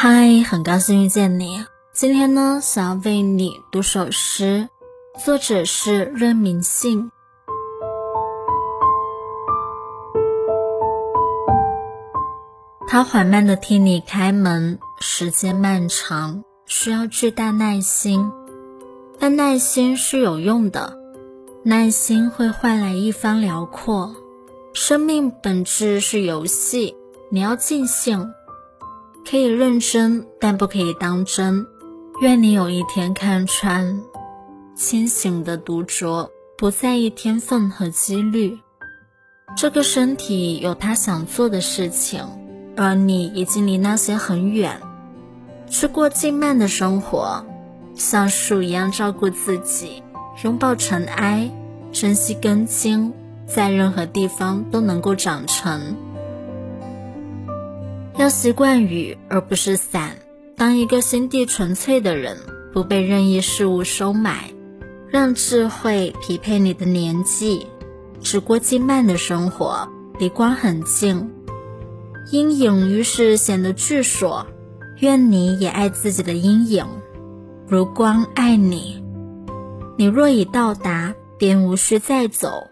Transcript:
嗨，很高兴遇见你。今天呢，想要为你读首诗，作者是任明信。他缓慢地替你开门，时间漫长，需要巨大耐心，但耐心是有用的，耐心会换来一方辽阔。生命本质是游戏，你要尽兴，可以认真，但不可以当真。愿你有一天看穿，清醒的独酌，不在意天分和几率。这个身体有他想做的事情，而你已经离那些很远。去过静慢的生活，像树一样照顾自己，拥抱尘埃，珍惜根茎，在任何地方都能够长成。要习惯雨而不是伞，当一个心地纯粹的人，不被任意事物收买，让智慧匹配你的年纪，只过静慢的生活，离光很近。阴影于是显得巨硕，愿你也爱自己的阴影，如光爱你。你若已到达，便无需再走，